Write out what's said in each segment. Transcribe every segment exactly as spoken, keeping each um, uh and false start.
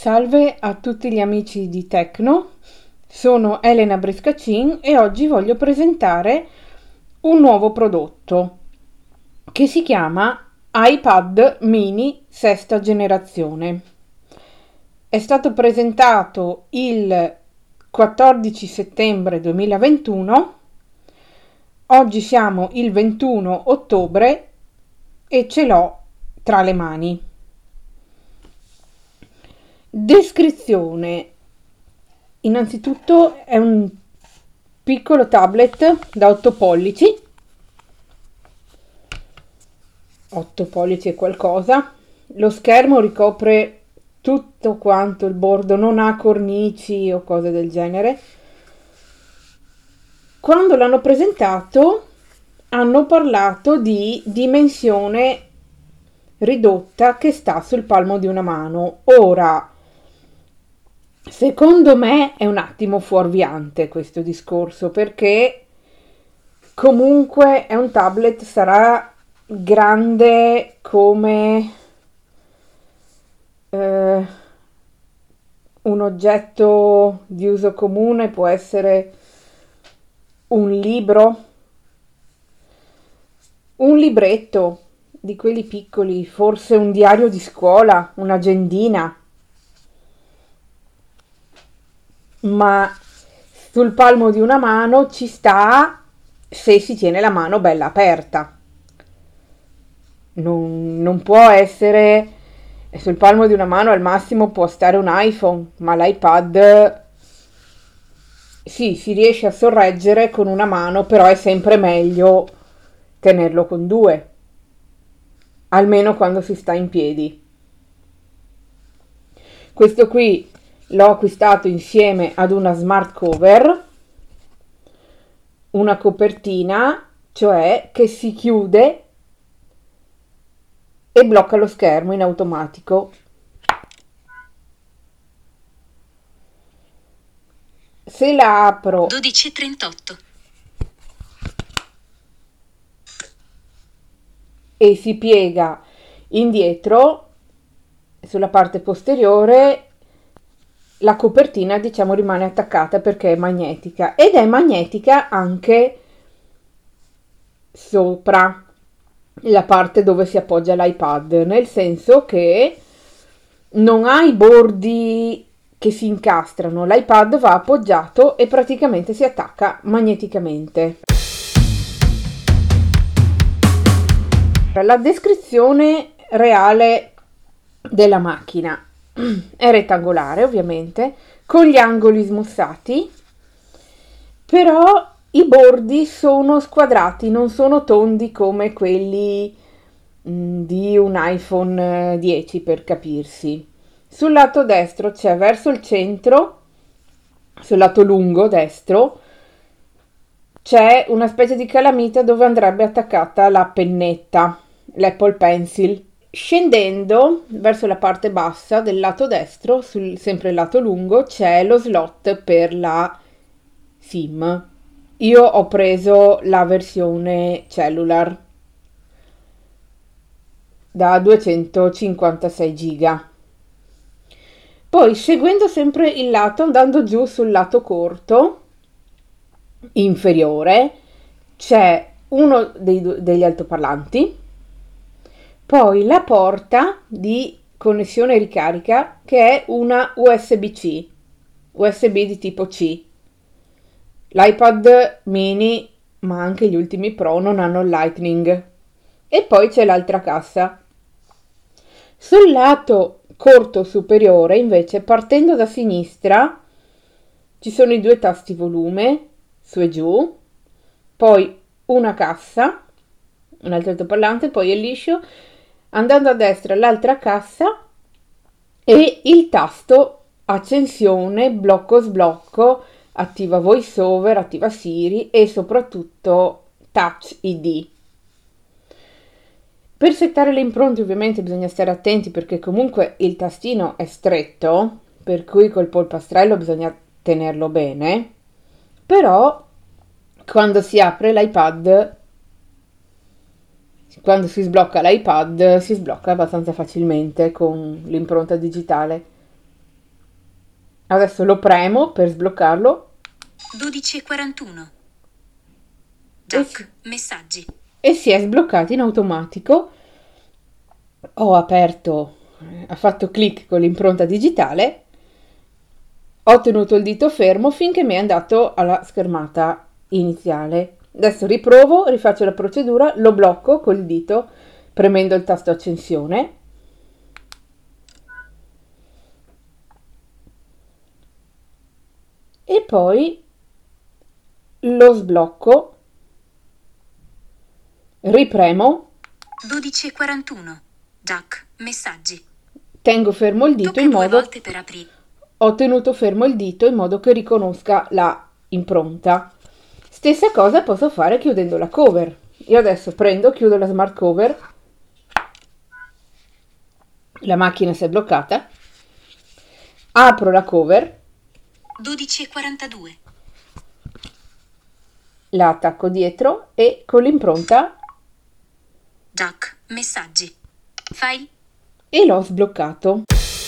Salve a tutti gli amici di Tecno, sono Elena Brescacin e oggi voglio presentare un nuovo prodotto che si chiama iPad mini sesta generazione. È stato presentato il quattordici settembre duemilaventuno, oggi siamo il ventuno ottobre e ce l'ho tra le mani. Descrizione. Innanzitutto è un piccolo tablet da otto pollici, otto pollici e qualcosa. Lo schermo ricopre tutto quanto il bordo, non ha cornici o cose del genere. Quando l'hanno presentato hanno parlato di dimensione ridotta che sta sul palmo di una mano. Ora, secondo me è un attimo fuorviante questo discorso, perché comunque è un tablet, sarà grande come eh, un oggetto di uso comune, può essere un libro, un libretto di quelli piccoli, forse un diario di scuola, un'agendina. Ma sul palmo di una mano ci sta se si tiene la mano bella aperta. Non, non può essere sul palmo di una mano, al massimo può stare un iPhone, ma l'iPad sì, si riesce a sorreggere con una mano, però è sempre meglio tenerlo con due, almeno quando si sta in piedi. Questo qui l'ho acquistato insieme ad una smart cover, una copertina, cioè che si chiude e blocca lo schermo in automatico. Se la apro dodici e trentotto e si piega indietro sulla parte posteriore, la copertina, diciamo, rimane attaccata perché è magnetica, ed è magnetica anche sopra la parte dove si appoggia l'iPad, nel senso che non ha i bordi che si incastrano, l'iPad va appoggiato e praticamente si attacca magneticamente. La descrizione reale della macchina è rettangolare, ovviamente, con gli angoli smussati, però i bordi sono squadrati, non sono tondi come quelli mh, di un iPhone dieci, per capirsi. Sul lato destro c'è, verso il centro, sul lato lungo destro, c'è una specie di calamita dove andrebbe attaccata la pennetta, l'Apple Pencil. Scendendo verso la parte bassa del lato destro, sul, sempre il lato lungo, c'è lo slot per la SIM. Io ho preso la versione cellular da duecentocinquantasei giga. Poi, seguendo sempre il lato, andando giù sul lato corto inferiore, c'è uno dei, degli altoparlanti, poi la porta di connessione e ricarica, che è una U S B-C, U S B di tipo C. L'iPad mini, ma anche gli ultimi Pro, non hanno il Lightning. E poi c'è l'altra cassa. Sul lato corto superiore, invece, partendo da sinistra, ci sono i due tasti volume, su e giù, poi una cassa, un altro altoparlante, poi è liscio. Andando a destra l'altra cassa e il tasto accensione, blocco sblocco, attiva VoiceOver, attiva Siri e soprattutto Touch I D. Per settare le impronte ovviamente bisogna stare attenti, perché comunque il tastino è stretto, per cui col polpastrello bisogna tenerlo bene, però quando si apre l'iPad, quando si sblocca l'iPad, si sblocca abbastanza facilmente con l'impronta digitale. Adesso lo premo per sbloccarlo. dodici e quarantuno. E Jack, si, messaggi. e si è sbloccato in automatico. Ho aperto, eh, ha fatto clic con l'impronta digitale, ho tenuto il dito fermo finché mi è andato alla schermata iniziale. Adesso riprovo, rifaccio la procedura, lo blocco col dito premendo il tasto accensione. E poi lo sblocco, ripremo, dodici e quarantuno. Jack, messaggi. tengo fermo il dito Tocca in due modo... volte per aprire. Ho tenuto fermo il dito in modo che riconosca la impronta. Stessa cosa posso fare chiudendo la cover. Io adesso prendo, chiudo la smart cover, la macchina si è bloccata, apro la cover, dodici e quarantadue. la attacco dietro e con l'impronta Jack, messaggi. File. e l'ho sbloccato.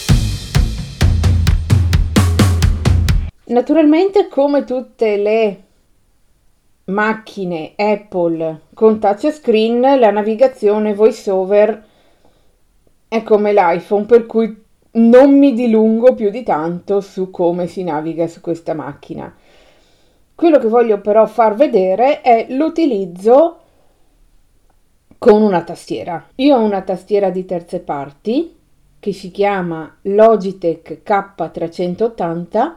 Naturalmente, come tutte le macchine Apple con touchscreen, la navigazione VoiceOver è come l'iPhone, per cui non mi dilungo più di tanto su come si naviga su questa macchina. Quello che voglio però far vedere è l'utilizzo con una tastiera. Io ho una tastiera di terze parti che si chiama Logitech K trecentottanta.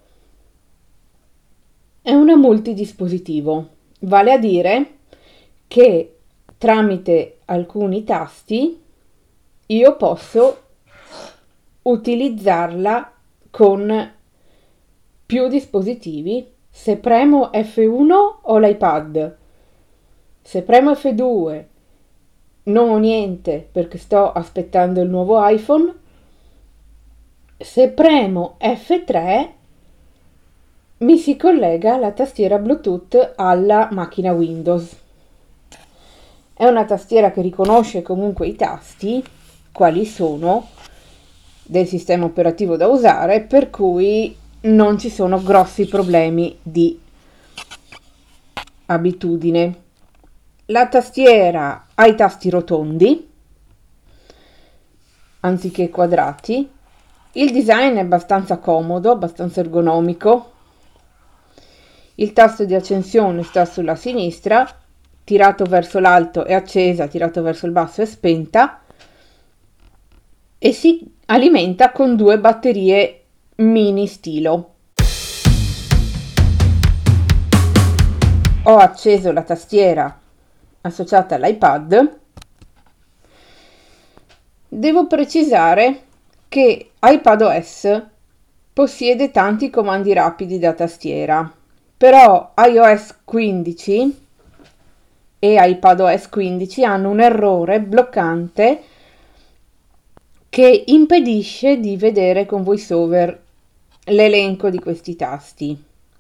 È una multidispositivo, vale a dire che tramite alcuni tasti io posso utilizzarla con più dispositivi. Se premo F uno ho l'iPad, se premo F due non ho niente perché sto aspettando il nuovo iPhone, se premo F tre mi si collega la tastiera Bluetooth alla macchina Windows. È una tastiera che riconosce comunque i tasti, quali sono, del sistema operativo da usare, per cui non ci sono grossi problemi di abitudine. La tastiera ha i tasti rotondi anziché quadrati. Il design è abbastanza comodo, abbastanza ergonomico. Il tasto di accensione sta sulla sinistra, tirato verso l'alto è accesa, tirato verso il basso è spenta e si alimenta con due batterie mini stilo. Ho acceso la tastiera associata all'iPad. Devo precisare che iPadOS possiede tanti comandi rapidi da tastiera, però iOS quindici e iPadOS quindici hanno un errore bloccante che impedisce di vedere con VoiceOver l'elenco di questi tasti,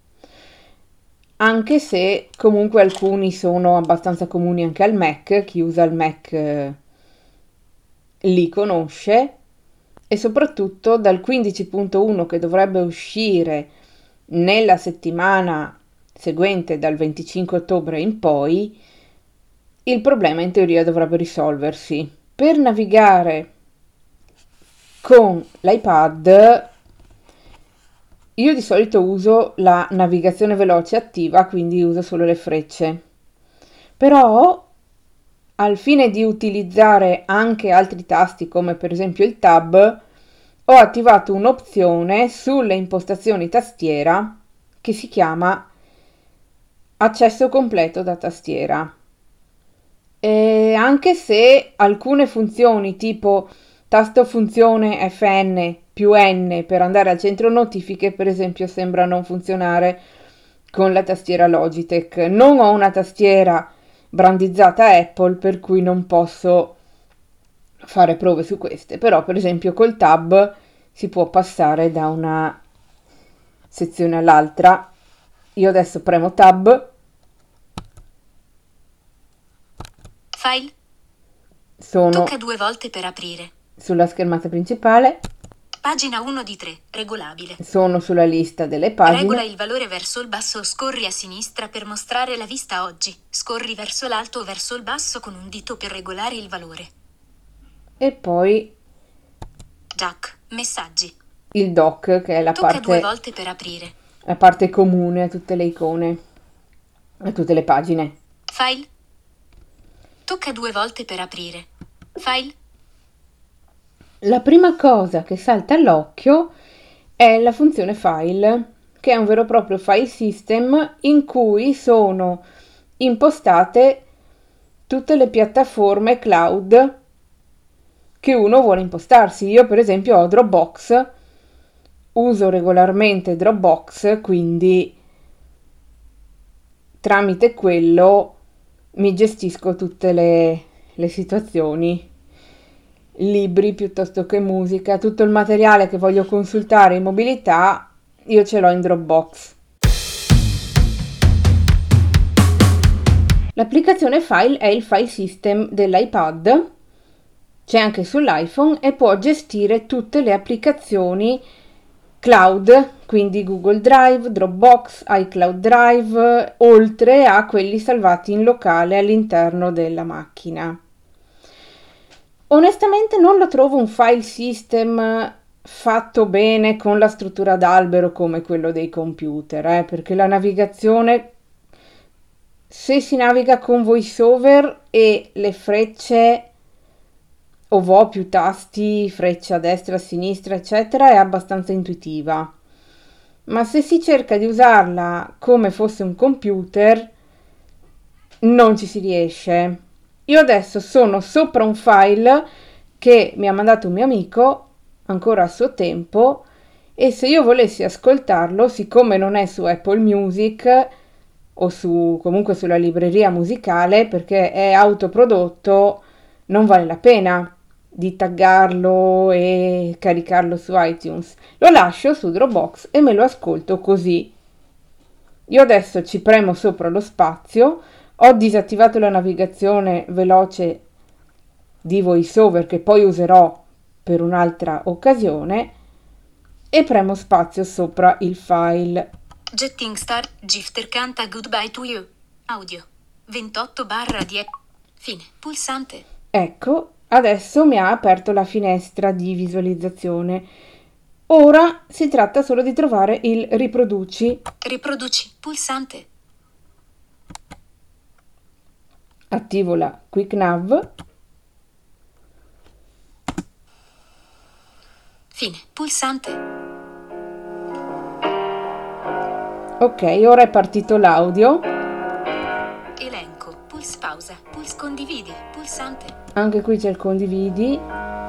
anche se comunque alcuni sono abbastanza comuni anche al Mac. Chi usa il Mac eh, li conosce, e soprattutto dal quindici punto uno che dovrebbe uscire nella settimana seguente, dal venticinque ottobre in poi, il problema in teoria dovrebbe risolversi. Per navigare con l'iPad io di solito uso la navigazione veloce attiva, quindi uso solo le frecce, però al fine di utilizzare anche altri tasti come per esempio il tab, ho attivato un'opzione sulle impostazioni tastiera che si chiama accesso completo da tastiera. E anche se alcune funzioni tipo tasto funzione F N più N per andare al centro notifiche, per esempio, sembra non funzionare con la tastiera Logitech. Non ho una tastiera brandizzata Apple, per cui non posso fare prove su queste, però per esempio col tab si può passare da una sezione all'altra. Io adesso premo tab, File. sono Tocca due volte per aprire. sulla schermata principale, Pagina uno di tre, regolabile. Sono sulla lista delle Regola pagine. il valore verso il basso, scorri a sinistra per mostrare la vista oggi. Scorri verso l'alto o verso il basso con un dito per regolare il valore. E poi Jack, messaggi. il dock, che è la Tocca due parte, volte per aprire. la parte comune a tutte le icone, a tutte le pagine. File. Tocca due volte per aprire. File. La prima cosa che salta all'occhio è la funzione file, che è un vero e proprio file system in cui sono impostate tutte le piattaforme cloud che uno vuole impostarsi. Io per esempio ho Dropbox, uso regolarmente Dropbox, quindi tramite quello mi gestisco tutte le, le situazioni, libri piuttosto che musica, tutto il materiale che voglio consultare in mobilità, io ce l'ho in Dropbox. L'applicazione File è il file system dell'iPad, c'è anche sull'iPhone e può gestire tutte le applicazioni cloud, quindi Google Drive, Dropbox, iCloud Drive, oltre a quelli salvati in locale all'interno della macchina. Onestamente non lo trovo un file system fatto bene con la struttura ad albero come quello dei computer, eh, perché la navigazione, se si naviga con VoiceOver e le frecce o vo più tasti, freccia a destra, a sinistra, eccetera, è abbastanza intuitiva. Ma se si cerca di usarla come fosse un computer, non ci si riesce. Io adesso sono sopra un file che mi ha mandato un mio amico, ancora a suo tempo, e se io volessi ascoltarlo, siccome non è su Apple Music o su comunque sulla libreria musicale, perché è autoprodotto, non vale la pena di taggarlo e caricarlo su iTunes. Lo lascio su Dropbox e me lo ascolto così. Io adesso ci premo sopra lo spazio, ho disattivato la navigazione veloce di VoiceOver che poi userò per un'altra occasione e premo spazio sopra il file. Jetting Star, Gifter canta Goodbye to You. Audio. ventotto barra dieci. Fine. Pulsante. Ecco, adesso mi ha aperto la finestra di visualizzazione. Ora si tratta solo di trovare il riproduci. Riproduci. Pulsante. Attivo la Quick Nav. Fine. Pulsante. Ok, ora è partito l'audio. Elenco. Puls pausa. Puls condividi. Pulsante. Anche qui c'è il condividi.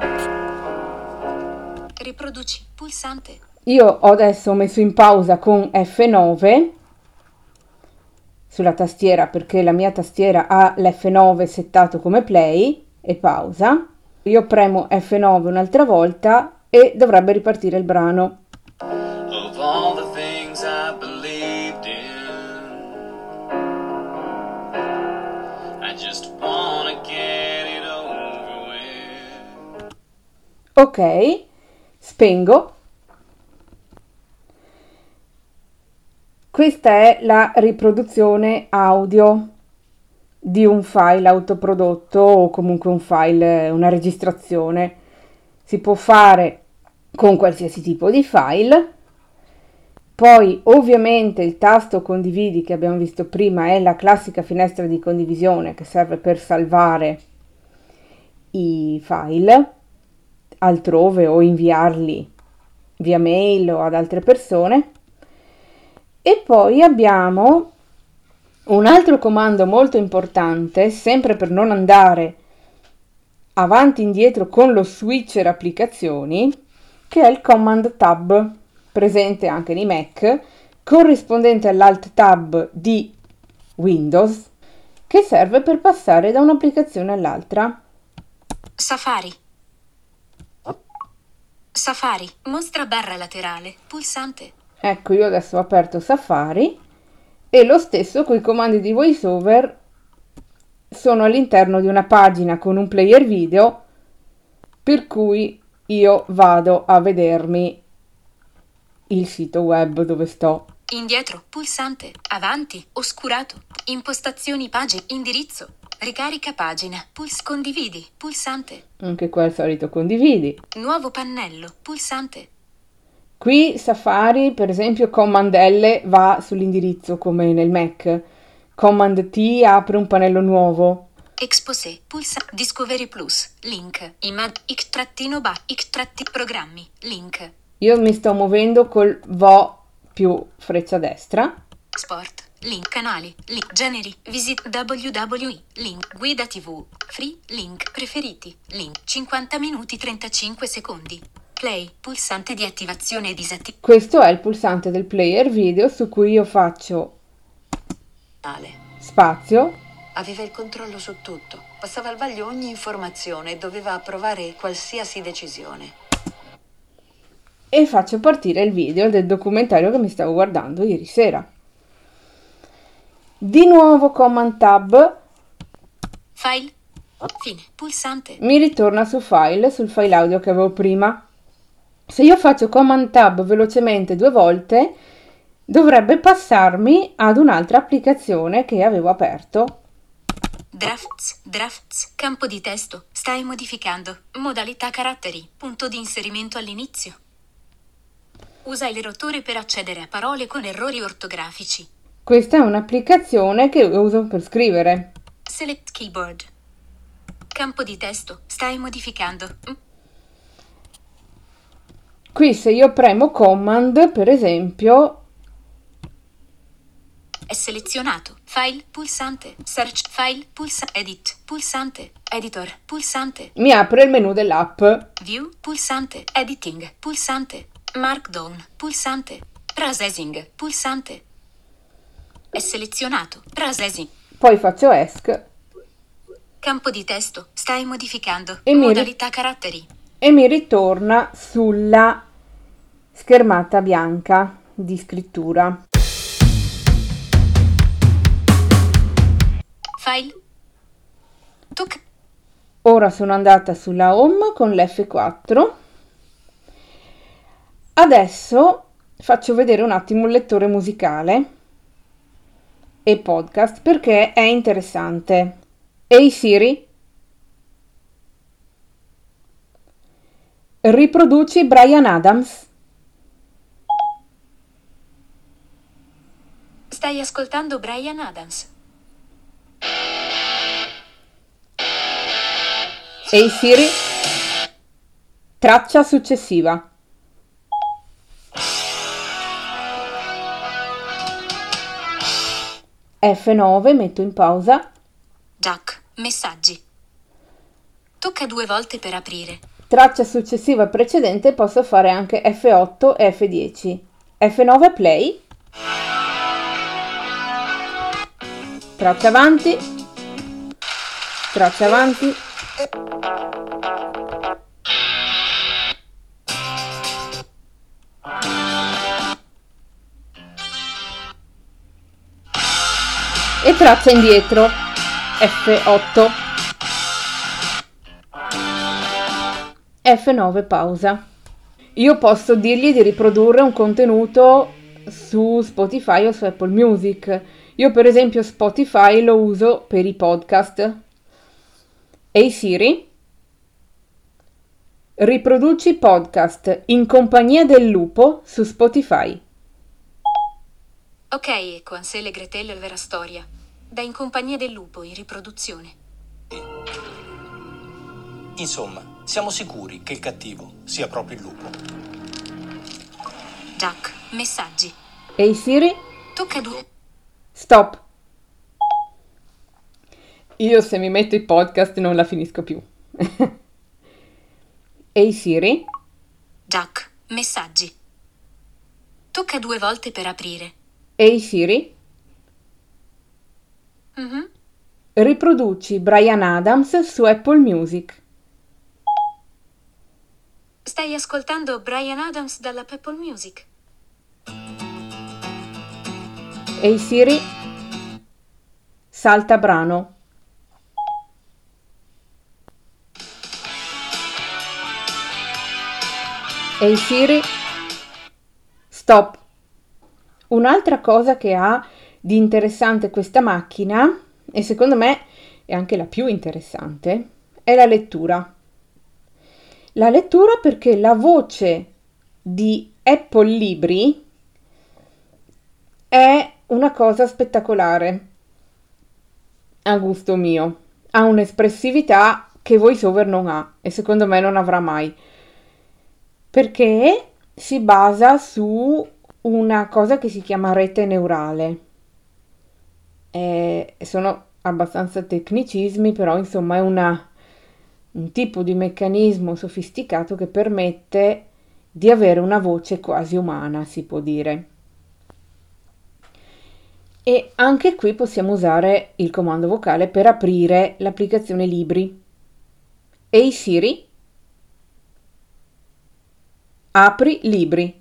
Riproduci. Pulsante. Io ho adesso messo in pausa con F nove sulla tastiera perché la mia tastiera ha l'F nove settato come play e pausa. Io premo F nove un'altra volta e dovrebbe ripartire il brano. Of all the things I believed in, I just wanna get it over with. Ok, spengo. Questa è la riproduzione audio di un file autoprodotto o comunque un file, una registrazione. Si può fare con qualsiasi tipo di file. Poi ovviamente il tasto condividi che abbiamo visto prima è la classica finestra di condivisione che serve per salvare i file altrove o inviarli via mail o ad altre persone. E poi abbiamo un altro comando molto importante, sempre per non andare avanti e indietro con lo switcher applicazioni, che è il Command Tab, presente anche nei Mac, corrispondente all'Alt Tab di Windows, che serve per passare da un'applicazione all'altra. Safari. Safari. Mostra barra laterale. Pulsante. Ecco, io adesso ho aperto Safari e lo stesso con i comandi di VoiceOver sono all'interno di una pagina con un player video, per cui io vado a vedermi il sito web dove sto. Indietro, pulsante, avanti, oscurato, impostazioni pagina, indirizzo, ricarica pagina, puls condividi, pulsante, Anche qua il solito condividi. nuovo pannello, pulsante, Qui Safari, per esempio, Command L va sull'indirizzo come nel Mac. Command T apre un pannello nuovo. Exposé, pulsa, Discovery Plus, link, imag, x trattino ba, x tratti, programmi, link, Io mi sto muovendo col vo più freccia destra. sport, link, canali, link, generi, visit W W E, link, guida tivù, free, link, preferiti, link, cinquanta minuti trentacinque secondi, play, pulsante di attivazione e disattivazione. Questo è il pulsante del player video su cui io faccio spazio. Aveva il controllo su tutto, passava al vaglio ogni informazione e doveva approvare qualsiasi decisione. E faccio partire il video del documentario che mi stavo guardando ieri sera. Di nuovo Command Tab, File, fine, pulsante, mi ritorna su file, sul file audio che avevo prima. Se io faccio Command Tab velocemente due volte, dovrebbe passarmi ad un'altra applicazione che avevo aperto. drafts, drafts, campo di testo, stai modificando, modalità caratteri, punto di inserimento all'inizio. Usa il rotore per accedere a parole con errori ortografici. Questa è un'applicazione che uso per scrivere. Select keyboard. Campo di testo, stai modificando. Mm. Qui se io premo Command, per esempio, È selezionato. File, pulsante. Search, file, pulsante. Edit, pulsante. Editor, pulsante. mi apre il menu dell'app. View, pulsante. Editing, pulsante. Markdown, pulsante. Processing, pulsante. È selezionato. Processing. Poi faccio Esc Campo di testo, stai modificando. E mi ri- Modalità caratteri. e mi ritorna sulla schermata bianca di scrittura. File. Toc. Ora sono andata sulla Home con l'F quattro. Adesso faccio vedere un attimo il lettore musicale e podcast perché è interessante. Ehi Siri, riproduci Bryan Adams. Stai ascoltando Bryan Adams. Ehi Siri, traccia successiva. F nove, metto in pausa. Jack, messaggi. Tocca due volte per aprire. Traccia successiva precedente posso fare anche F otto e F dieci. F nove play. Traccia avanti. Traccia avanti. E traccia indietro. F otto. F nove pausa. Io posso dirgli di riprodurre un contenuto su Spotify o su Apple Music. Io per esempio Spotify lo uso per i podcast. Ehi Siri, riproduci podcast In compagnia del lupo su Spotify. Ok, ecco Ansel e Gretel la vera storia. Da In compagnia del lupo in riproduzione. Insomma, siamo sicuri che il cattivo sia proprio il lupo. Jack, messaggi. Ehi Siri, Tocca due. stop. Io se mi metto i podcast non la finisco più. Ehi Siri, Jack, messaggi. Tocca due volte per aprire. ehi Siri, Mhm. riproduci Bryan Adams su Apple Music. Stai ascoltando Bryan Adams dalla Apple Music. Ehi Siri, salta brano. Ehi Siri, stop. Un'altra cosa che ha di interessante questa macchina, e secondo me è anche la più interessante, è la lettura. La lettura perché la voce di Apple Libri è una cosa spettacolare, a gusto mio. Ha un'espressività che VoiceOver non ha e secondo me non avrà mai, perché si basa su una cosa che si chiama rete neurale. Eh, sono abbastanza tecnicismi, però insomma è una, un tipo di meccanismo sofisticato che permette di avere una voce quasi umana, si può dire. E anche qui possiamo usare il comando vocale per aprire l'applicazione Libri. Ehi Siri, apri Libri.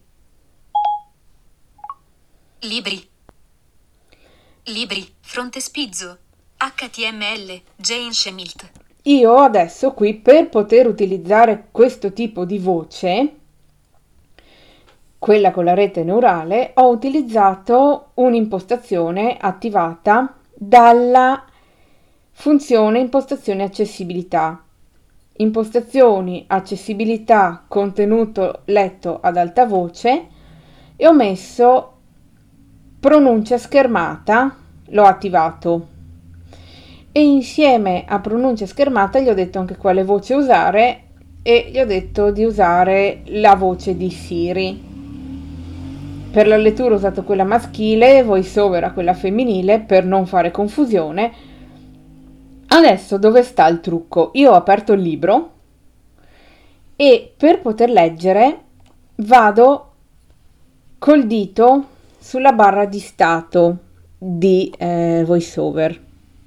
Libri. Libri. Frontespizzo. H T M L. Jane Schmidt. Io adesso qui per poter utilizzare questo tipo di voce, quella con la rete neurale, ho utilizzato un'impostazione attivata dalla funzione impostazioni accessibilità. Impostazioni accessibilità contenuto letto ad alta voce e ho messo pronuncia schermata, l'ho attivato e insieme a pronuncia schermata gli ho detto anche quale voce usare e gli ho detto di usare la voce di Siri. Per la lettura ho usato quella maschile, VoiceOver a quella femminile per non fare confusione. Adesso dove sta il trucco? Io ho aperto il libro e per poter leggere vado col dito sulla barra di stato di eh, VoiceOver.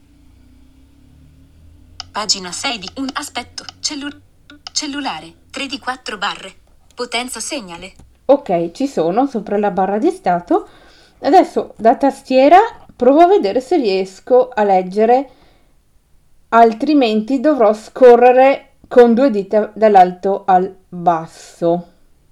Pagina sei di un aspetto. Cellu- cellulare. tre di quattro barre. Potenza segnale. Ok, ci sono sopra la barra di stato. Adesso da tastiera provo a vedere se riesco a leggere, altrimenti dovrò scorrere con due dita dall'alto al basso.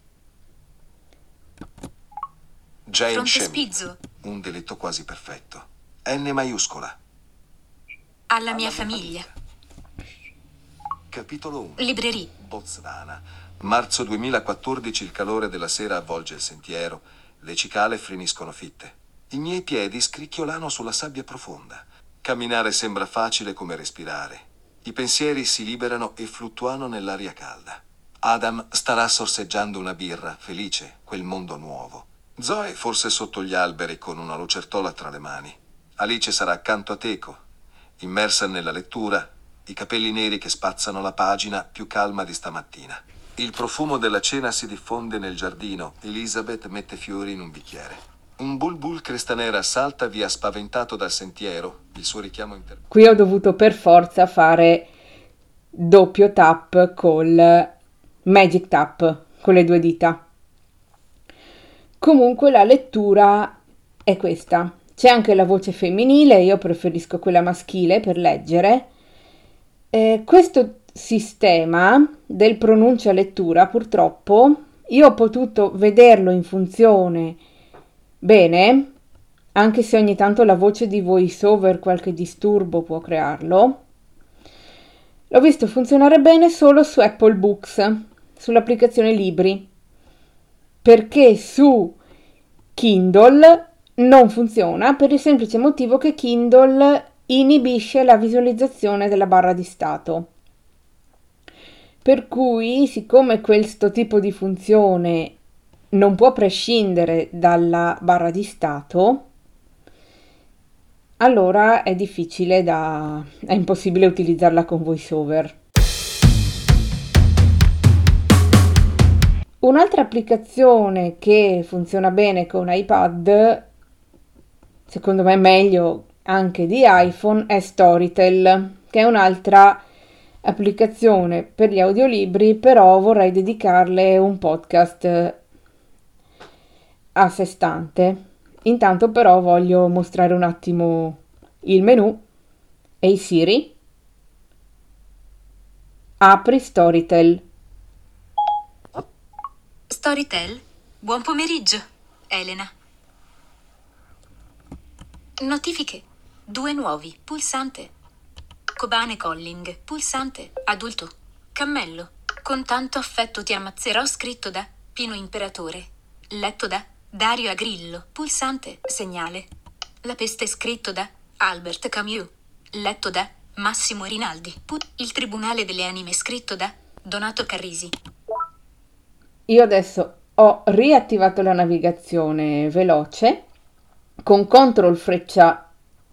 Jane Frontespizzo. Schmidt, un delitto quasi perfetto. N maiuscola. Alla mia famiglia. Capitolo uno. Libreria. Botswana. Marzo duemilaquattordici. Il calore della sera avvolge il sentiero. Le cicale friniscono fitte. I miei piedi scricchiolano sulla sabbia profonda. Camminare sembra facile come respirare. I pensieri si liberano e fluttuano nell'aria calda. Adam starà sorseggiando una birra, felice, quel mondo nuovo. Zoe forse sotto gli alberi con una lucertola tra le mani. Alice sarà accanto a Teco, immersa nella lettura, i capelli neri che spazzano la pagina più calma di stamattina. Il profumo della cena si diffonde nel giardino. Elizabeth mette fiori in un bicchiere. Un bulbul cresta nera salta via spaventato dal sentiero, il suo richiamo inter... Qui ho dovuto per forza fare doppio tap col Magic Tap, con le due dita. Comunque la lettura è questa. C'è anche la voce femminile, io preferisco quella maschile per leggere. Eh, questo sistema del pronuncia lettura, purtroppo, io ho potuto vederlo in funzione bene, anche se ogni tanto la voce di VoiceOver qualche disturbo può crearlo. L'ho visto funzionare bene solo su Apple Books, sull'applicazione Libri, perché su Kindle non funziona per il semplice motivo che Kindle inibisce la visualizzazione della barra di stato. Per cui, siccome questo tipo di funzione non può prescindere dalla barra di stato, allora è difficile da... è impossibile utilizzarla con VoiceOver. Un'altra applicazione che funziona bene con iPad, secondo me meglio anche di iPhone, è Storytel, che è un'altra applicazione per gli audiolibri, però vorrei dedicarle un podcast a sé stante. Intanto però voglio mostrare un attimo il menu. Ehi Siri, apri Storytel. Storytel. Buon pomeriggio, Elena. Notifiche. Due nuovi. Pulsante. Kobane Calling. Pulsante. Adulto. Cammello. Con tanto affetto ti ammazzerò, scritto da Pino Imperatore. Letto da Dario Agrillo. Pulsante. Segnale. La peste, scritto da Albert Camus. Letto da Massimo Rinaldi. Pu- Il Tribunale delle Anime, scritto da Donato Carrisi. Io adesso ho riattivato la navigazione veloce con control freccia.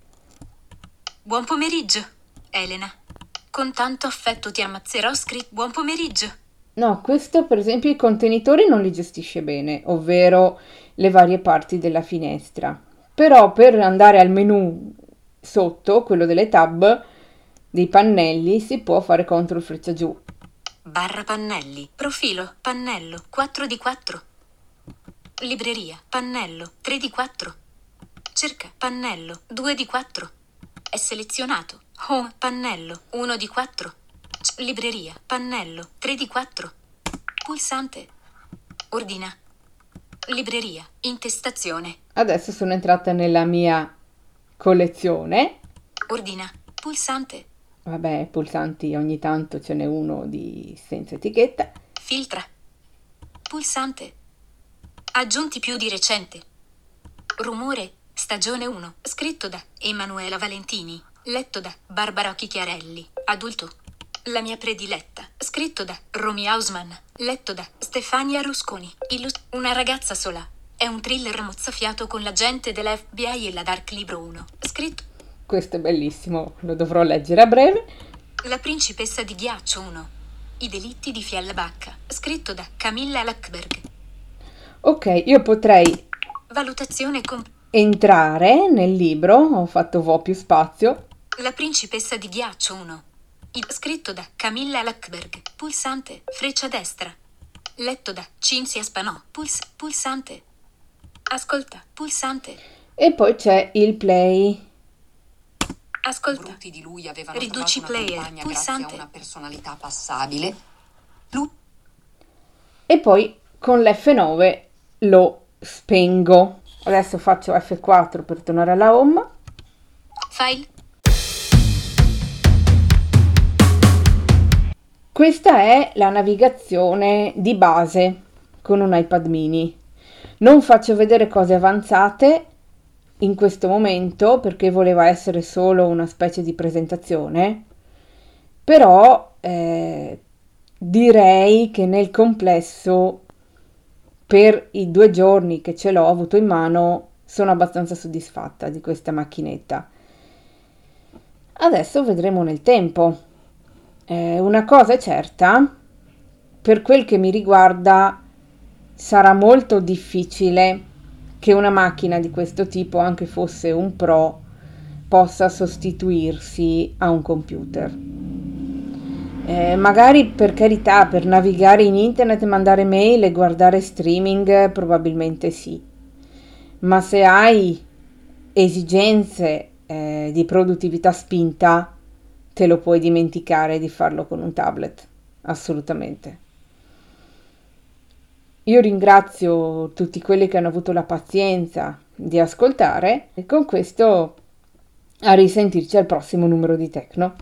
Buon pomeriggio, Elena. Con tanto affetto ti ammazzerò, scritto. Buon pomeriggio. No, questo per esempio i contenitori non li gestisce bene, ovvero le varie parti della finestra. Però per andare al menu sotto, quello delle tab, dei pannelli, si può fare control freccia giù. Barra pannelli. Profilo. Pannello. quattro di quattro. Libreria. Pannello. tre di quattro. Cerca. Pannello. due di quattro. È selezionato. Home. Pannello. uno di quattro. C- Libreria. Pannello. tre di quattro. Pulsante. Ordina. Libreria. Intestazione. Adesso sono entrata nella mia collezione. Ordina. Pulsante. Vabbè, pulsanti ogni tanto ce n'è uno di senza etichetta. Filtra. Pulsante. Aggiunti più di recente. Rumore. Stagione uno. Scritto da Emanuela Valentini. Letto da Barbara Chicchiarelli. Adulto. La mia prediletta. Scritto da Romy Hausmann. Letto da Stefania Rusconi. Illus- Una ragazza sola. È un thriller mozzafiato con l'agente della F B I e la Dark Libro uno. Scritto. Questo è bellissimo, lo dovrò leggere a breve. La principessa di ghiaccio uno. I delitti di Fiallabacca. Scritto da Camilla Lackberg. Ok, io potrei Valutazione con entrare nel libro, ho fatto vo più spazio. La principessa di ghiaccio uno. Il- Scritto da Camilla Lackberg. Pulsante. Freccia destra. Letto da Cinzia Spanò. Puls- pulsante. Ascolta. Pulsante. E poi c'è il play. Ascolta. Bruti di lui avevano Riduci trovato una player. compagna Pulsante. grazie a una personalità passabile. Lui E poi con l'F nove lo spengo. Adesso faccio F quattro per tornare alla home. File. Questa è la navigazione di base con un iPad mini. Non faccio vedere cose avanzate in questo momento perché voleva essere solo una specie di presentazione, però eh, direi che nel complesso per i due giorni che ce l'ho avuto in mano sono abbastanza soddisfatta di questa macchinetta. Adesso vedremo nel tempo. Eh, una cosa è certa, per quel che mi riguarda sarà molto difficile che una macchina di questo tipo, anche fosse un Pro, possa sostituirsi a un computer. Eh, magari per carità, per navigare in internet, mandare mail e guardare streaming, probabilmente sì. Ma se hai esigenze eh, di produttività spinta, te lo puoi dimenticare di farlo con un tablet, assolutamente. Io ringrazio tutti quelli che hanno avuto la pazienza di ascoltare e con questo a risentirci al prossimo numero di Tecno.